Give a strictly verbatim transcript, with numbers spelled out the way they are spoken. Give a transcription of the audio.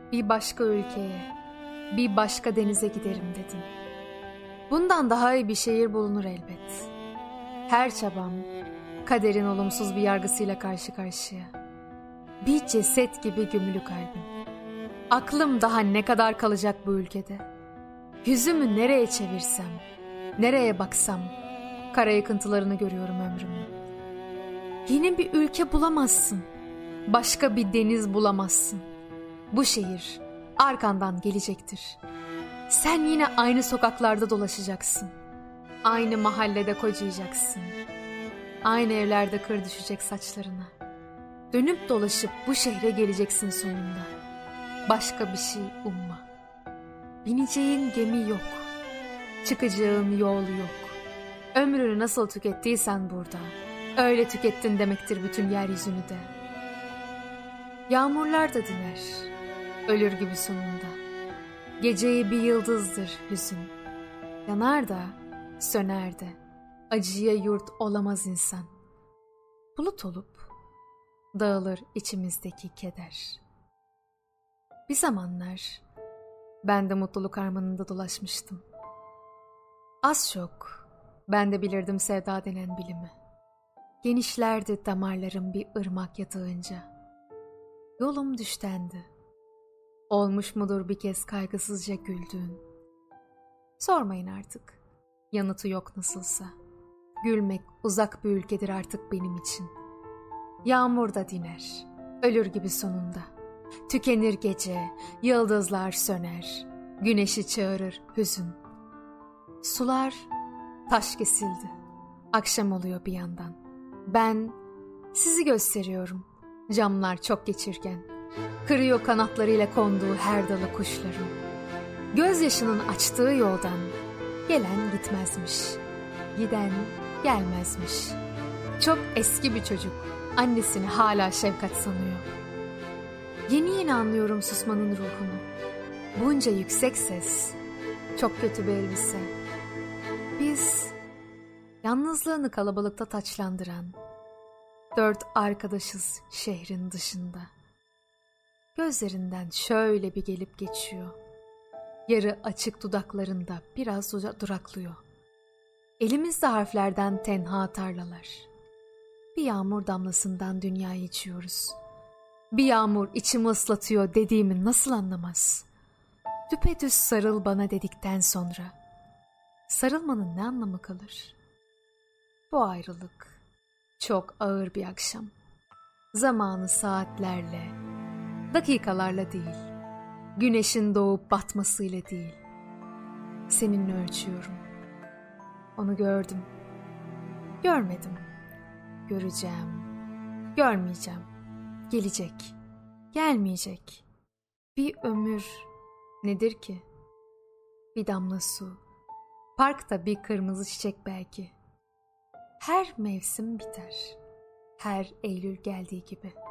bir başka ülkeye, bir başka denize giderim dedin. Bundan daha iyi bir şehir bulunur elbet. Her çabam, kaderin olumsuz bir yargısıyla karşı karşıya. Bir ceset gibi gömülü kalbim. Aklım daha ne kadar kalacak bu ülkede? Yüzümü nereye çevirsem, nereye baksam, kara yıkıntılarını görüyorum ömrümün. Yeni bir ülke bulamazsın, başka bir deniz bulamazsın. Bu şehir arkandan gelecektir. Sen yine aynı sokaklarda dolaşacaksın. Aynı mahallede kocayacaksın. Aynı evlerde kır düşecek saçlarına. Dönüp dolaşıp bu şehre geleceksin sonunda. Başka bir şey umma. Bineceğin gemi yok. Çıkacağın yol yok. Ömrünü nasıl tükettiysen burada, öyle tükettin demektir bütün yeryüzünü de. Yağmurlar da diner, ölür gibi sonunda. Geceyi bir yıldızdır hüzün. Yanar da, söner de, acıya yurt olamaz insan. Bulut olup, dağılır içimizdeki keder. Bir zamanlar, ben de mutluluk harmanında dolaşmıştım. Az çok, ben de bilirdim sevda denen bilimi. Genişlerdi damarlarım bir ırmak yatağınca. Yolum düştendi. Olmuş mudur bir kez kaygısızca güldüğün? Sormayın artık, yanıtı yok nasılsa. Gülmek uzak bir ülkedir artık benim için. Yağmur da diner, ölür gibi sonunda. Tükenir gece, yıldızlar söner, güneşi çağırır hüzün. Sular taş kesildi, akşam oluyor bir yandan. Ben sizi gösteriyorum, camlar çok geçirgen. Kırıyor kanatlarıyla konduğu her dalı kuşların. Gözyaşının açtığı yoldan gelen gitmezmiş, giden gelmezmiş. Çok eski bir çocuk annesini hala şefkat sanıyor. Yeni yeni anlıyorum susmanın ruhunu. Bunca yüksek ses, çok kötü bir elbise. Biz yalnızlığını kalabalıkta taçlandıran dört arkadaşız şehrin dışında. Gözlerinden şöyle bir gelip geçiyor. Yarı açık dudaklarında biraz duraklıyor. Elimizde harflerden tenha tarlalar. Bir yağmur damlasından dünyayı içiyoruz. Bir yağmur içimi ıslatıyor dediğimi nasıl anlamaz? Düpedüz sarıl bana dedikten sonra sarılmanın ne anlamı kalır? Bu ayrılık çok ağır bir akşam. Zamanı saatlerle, dakikalarla değil, güneşin doğup batmasıyla değil, seninle ölçüyorum. Onu gördüm, görmedim, göreceğim, görmeyeceğim, gelecek, gelmeyecek. Bir ömür nedir ki? Bir damla su, parkta bir kırmızı çiçek belki. Her mevsim biter, her Eylül geldiği gibi.